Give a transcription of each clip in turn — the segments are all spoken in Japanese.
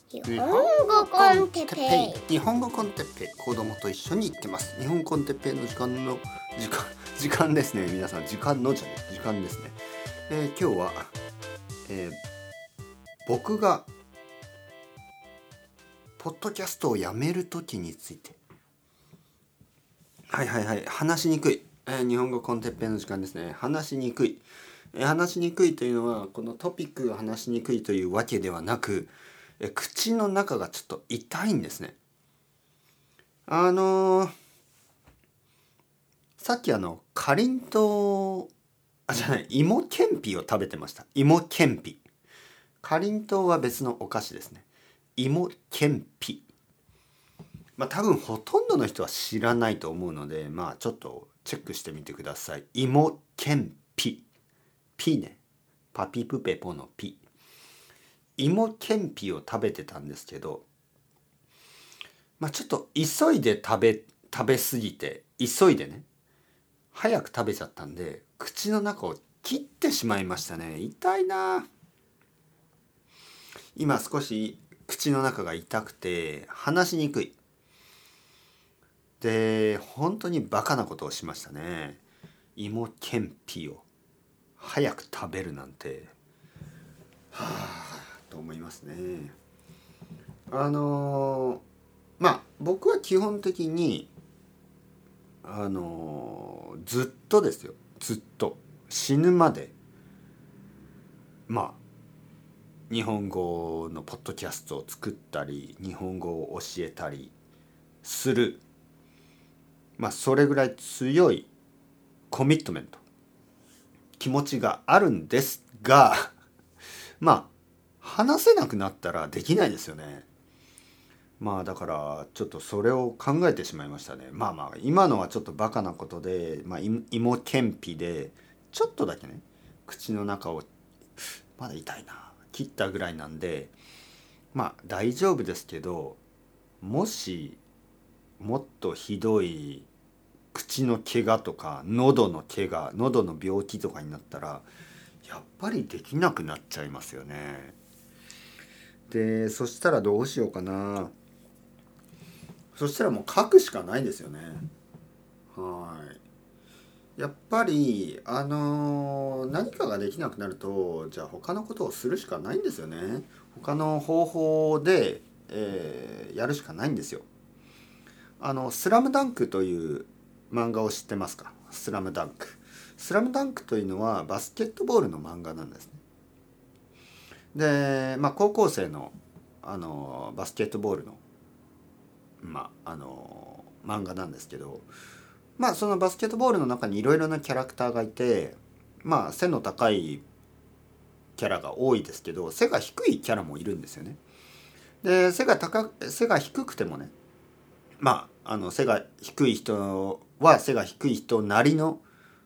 日本語コンテッペイ。 日本語コンテッペイ、子供と一緒に行ってます。日本コンテッペイの時間ですね。皆さん時間ですね。今日は、僕がポッドキャストをやめるときについて話しにくい、日本語コンテッペイの時間ですね。話しにくいというのは、このトピックが話しにくいというわけではなく、口の中がちょっと痛いんですね。さっきかりんとう芋けんぴを食べてました。芋けんぴ。かりんとうは別のお菓子ですね。芋けんぴ。多分ほとんどの人は知らないと思うので、ちょっとチェックしてみてください。芋けんぴ。ピね。パピプペポのピ。芋けんぴを食べてたんですけど、ちょっと急いで食べ過ぎて、急いでね、早く食べちゃったんで、口の中を切ってしまいましたね。痛いな。今少し口の中が痛くて話しにくい。で、本当にバカなことをしましたね。芋けんぴを早く食べるなんて、と思いますね。僕は基本的にずっとですよ。ずっと死ぬまで日本語のポッドキャストを作ったり、日本語を教えたりする、それぐらい強いコミットメント、気持ちがあるんですが話せなくなったらできないですよね。だからちょっとそれを考えてしまいましたね。今のはちょっとバカなことで、芋けんぴでちょっとだけね、口の中をまだ痛いな、切ったぐらいなんで大丈夫ですけど、もしもっとひどい口の怪我とか喉の病気とかになったら、やっぱりできなくなっちゃいますよね。で、そしたらどうしようかな。そしたらもう書くしかないですよね。やっぱり何かができなくなると、じゃあ他のことをするしかないんですよね。他の方法で、やるしかないんですよ。スラムダンクという漫画を知ってますか？スラムダンクというのはバスケットボールの漫画なんですね。で、高校生のバスケットボールの漫画なんですけど、そのバスケットボールの中にいろいろなキャラクターがいて、背の高いキャラが多いですけど、背が低いキャラもいるんですよね。で、背が低くてもね、背が低い人は背が低い人なりの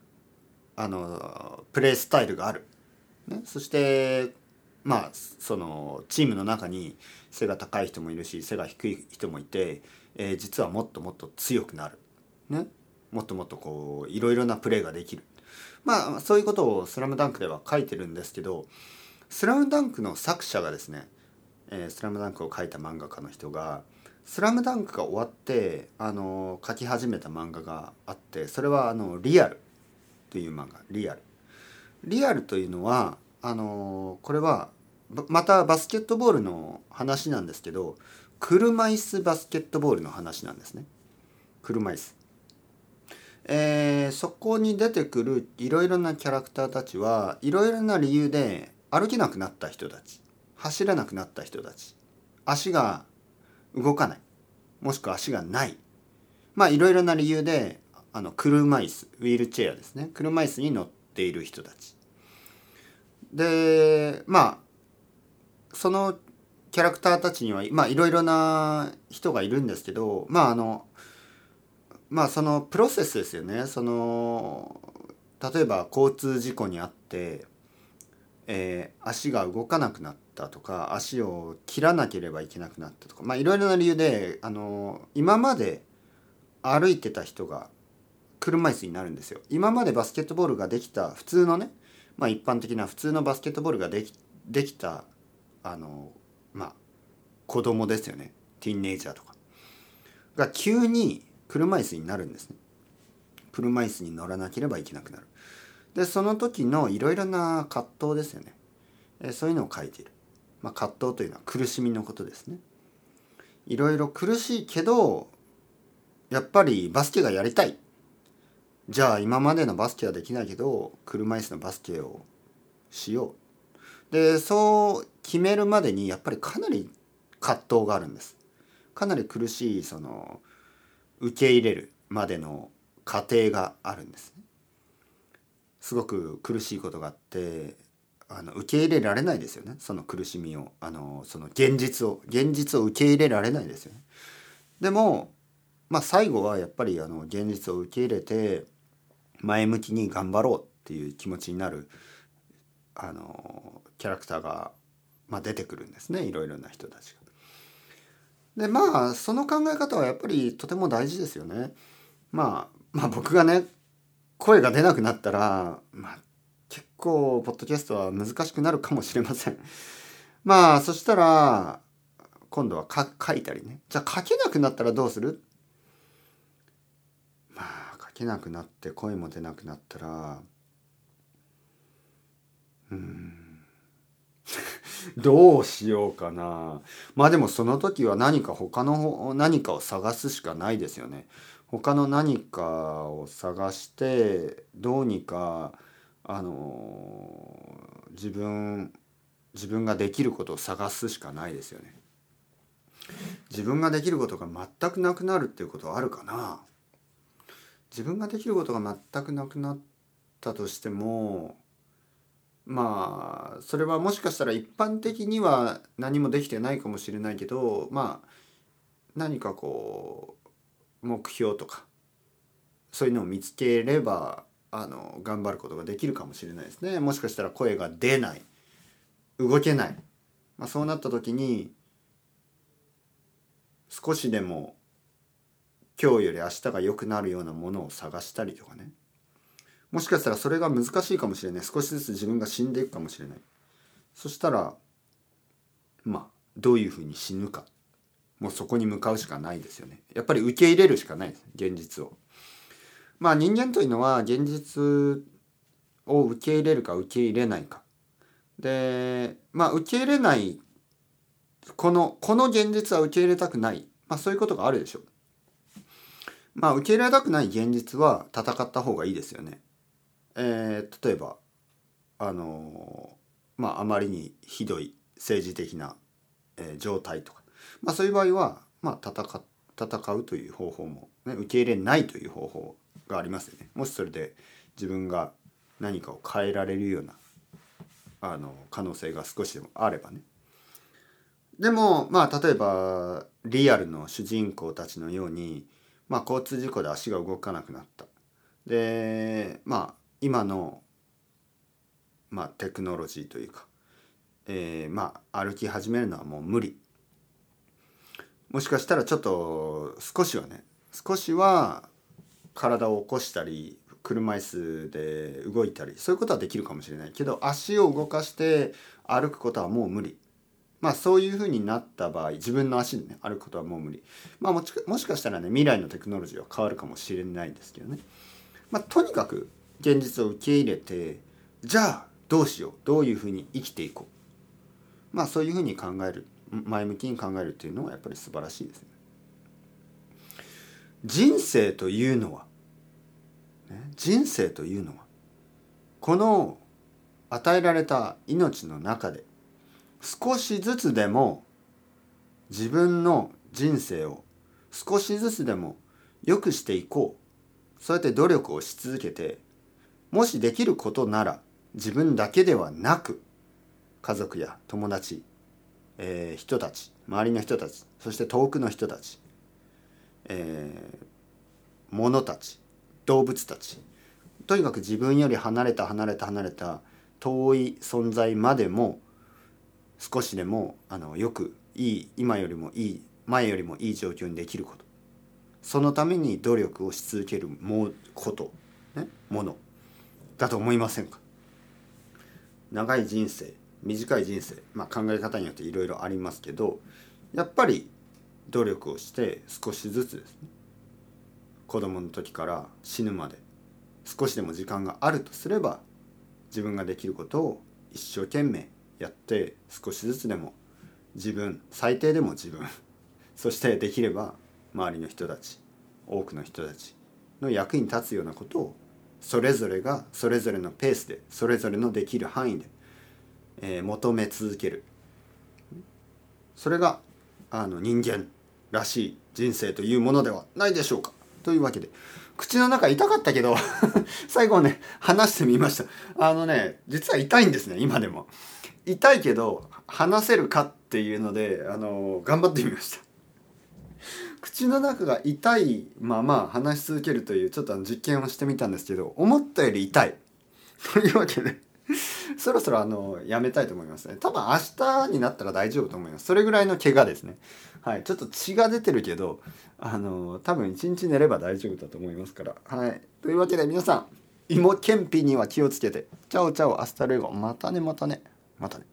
プレースタイルがある、ね、そしてそのチームの中に背が高い人もいるし、背が低い人もいて、実はもっともっと強くなる、ね、もっともっとこういろいろなプレーができる、そういうことをスラムダンクでは書いてるんですけど、スラムダンクの作者がですね、スラムダンクを書いた漫画家の人が、スラムダンクが終わって書き始めた漫画があって、それはリアルという漫画。リアルというのはこれはまたバスケットボールの話なんですけど、車椅子バスケットボールの話なんですね。車椅子、そこに出てくるいろいろなキャラクターたちはいろいろな理由で歩けなくなった人たち、走れなくなった人たち、足が動かない、もしくは足がない、いろいろな理由で車椅子、ウィールチェアですね、車椅子に乗っている人たちで、そのキャラクターたちにはいろいろな人がいるんですけど、そのプロセスですよね。例えば交通事故に遭って、足が動かなくなったとか、足を切らなければいけなくなったとか、いろいろな理由で今まで歩いてた人が車椅子になるんですよ。今までバスケットボールができた普通のね、一般的な普通のバスケットボールができた子供ですよね、ティーンエイジャーとかが急に車椅子になるんですね。車椅子に乗らなければいけなくなる。でその時のいろいろな葛藤ですよね、そういうのを書いている。葛藤というのは苦しみのことですね。いろいろ苦しいけどやっぱりバスケがやりたい。じゃあ今までのバスケはできないけど車椅子のバスケをしよう。でそう決めるまでにやっぱりかなり葛藤があるんです。かなり苦しい受け入れるまでの過程があるんです。すごく苦しいことがあって受け入れられないですよね。その苦しみをその現実を受け入れられないですよね。でも最後はやっぱり現実を受け入れて前向きに頑張ろうっていう気持ちになるキャラクターが、出てくるんですね、いろいろな人たちが。でその考え方はやっぱりとても大事ですよね。僕がね声が出なくなったら、結構ポッドキャストは難しくなるかもしれません。そしたら今度は書いたりね。じゃあ書けなくなったらどうする？書けなくなって声も出なくなったらどうしようかな。でもその時は他の何かを探すしかないですよね。他の何かを探してどうにか自分ができることを探すしかないですよね。自分ができることが全くなくなるっていうことはあるかな。自分ができることが全くなくなったとしてもそれはもしかしたら一般的には何もできてないかもしれないけど何か目標とかそういうのを見つければ頑張ることができるかもしれないですね。もしかしたら声が出ない、動けない、そうなった時に少しでも今日より明日が良くなるようなものを探したりとかね。もしかしたらそれが難しいかもしれない。少しずつ自分が死んでいくかもしれない。そしたらどういうふうに死ぬか、もうそこに向かうしかないですよね。やっぱり受け入れるしかないです、現実を。人間というのは現実を受け入れるか受け入れないかで、受け入れないこの現実は受け入れたくない、そういうことがあるでしょう。受け入れたくない現実は戦った方がいいですよね。例えばあまりにひどい政治的な、状態とか、そういう場合は、戦うという方法も、受け入れないという方法がありますよね。もしそれで自分が何かを変えられるような可能性が少しでもあればね。でも例えばリアルの主人公たちのように、交通事故で足が動かなくなった。で今のテクノロジーというか、歩き始めるのはもう無理。もしかしたらちょっと少しは体を起こしたり車椅子で動いたりそういうことはできるかもしれないけど、足を動かして歩くことはもう無理。そういうふうになった場合、自分の足でね歩くことはもう無理。もしかしたらね未来のテクノロジーは変わるかもしれないですけどね。とにかく現実を受け入れて、じゃあどうしよう、どういうふうに生きていこう、そういうふうに考える、前向きに考えるっていうのはやっぱり素晴らしいですね。人生というのはこの与えられた命の中で少しずつでも自分の人生を少しずつでも良くしていこう、そうやって努力をし続けて、もしできることなら自分だけではなく家族や友達、人たち、周りの人たち、そして遠くの人たち、物たち、動物たち、とにかく自分より離れた遠い存在までも少しでもよくいい、今よりもいい、前よりもいい状況にできること、そのために努力をし続けるものだと思いませんか？長い人生、短い人生、考え方によっていろいろありますけど、 やっぱり努力をして少しずつですね、子供の時から死ぬまで少しでも時間があるとすれば、自分ができることを一生懸命やって、少しずつでも自分、最低でも自分、そしてできれば周りの人たち、多くの人たちの役に立つようなことをそれぞれがそれぞれのペースで、それぞれのできる範囲で、求め続ける。それが人間らしい人生というものではないでしょうか。というわけで、口の中痛かったけど最後ね話してみました。実は痛いんですね。今でも痛いけど話せるかっていうので頑張ってみました。口の中が痛いまま話し続けるというちょっと実験をしてみたんですけど、思ったより痛いというわけでそろそろやめたいと思いますね。多分明日になったら大丈夫と思います。それぐらいの怪我ですね。はい、ちょっと血が出てるけど多分一日寝れば大丈夫だと思いますから。はい、というわけで皆さん、芋けんぴには気をつけて。チャオチャオ、アスタルエゴ、またねまたねまたね。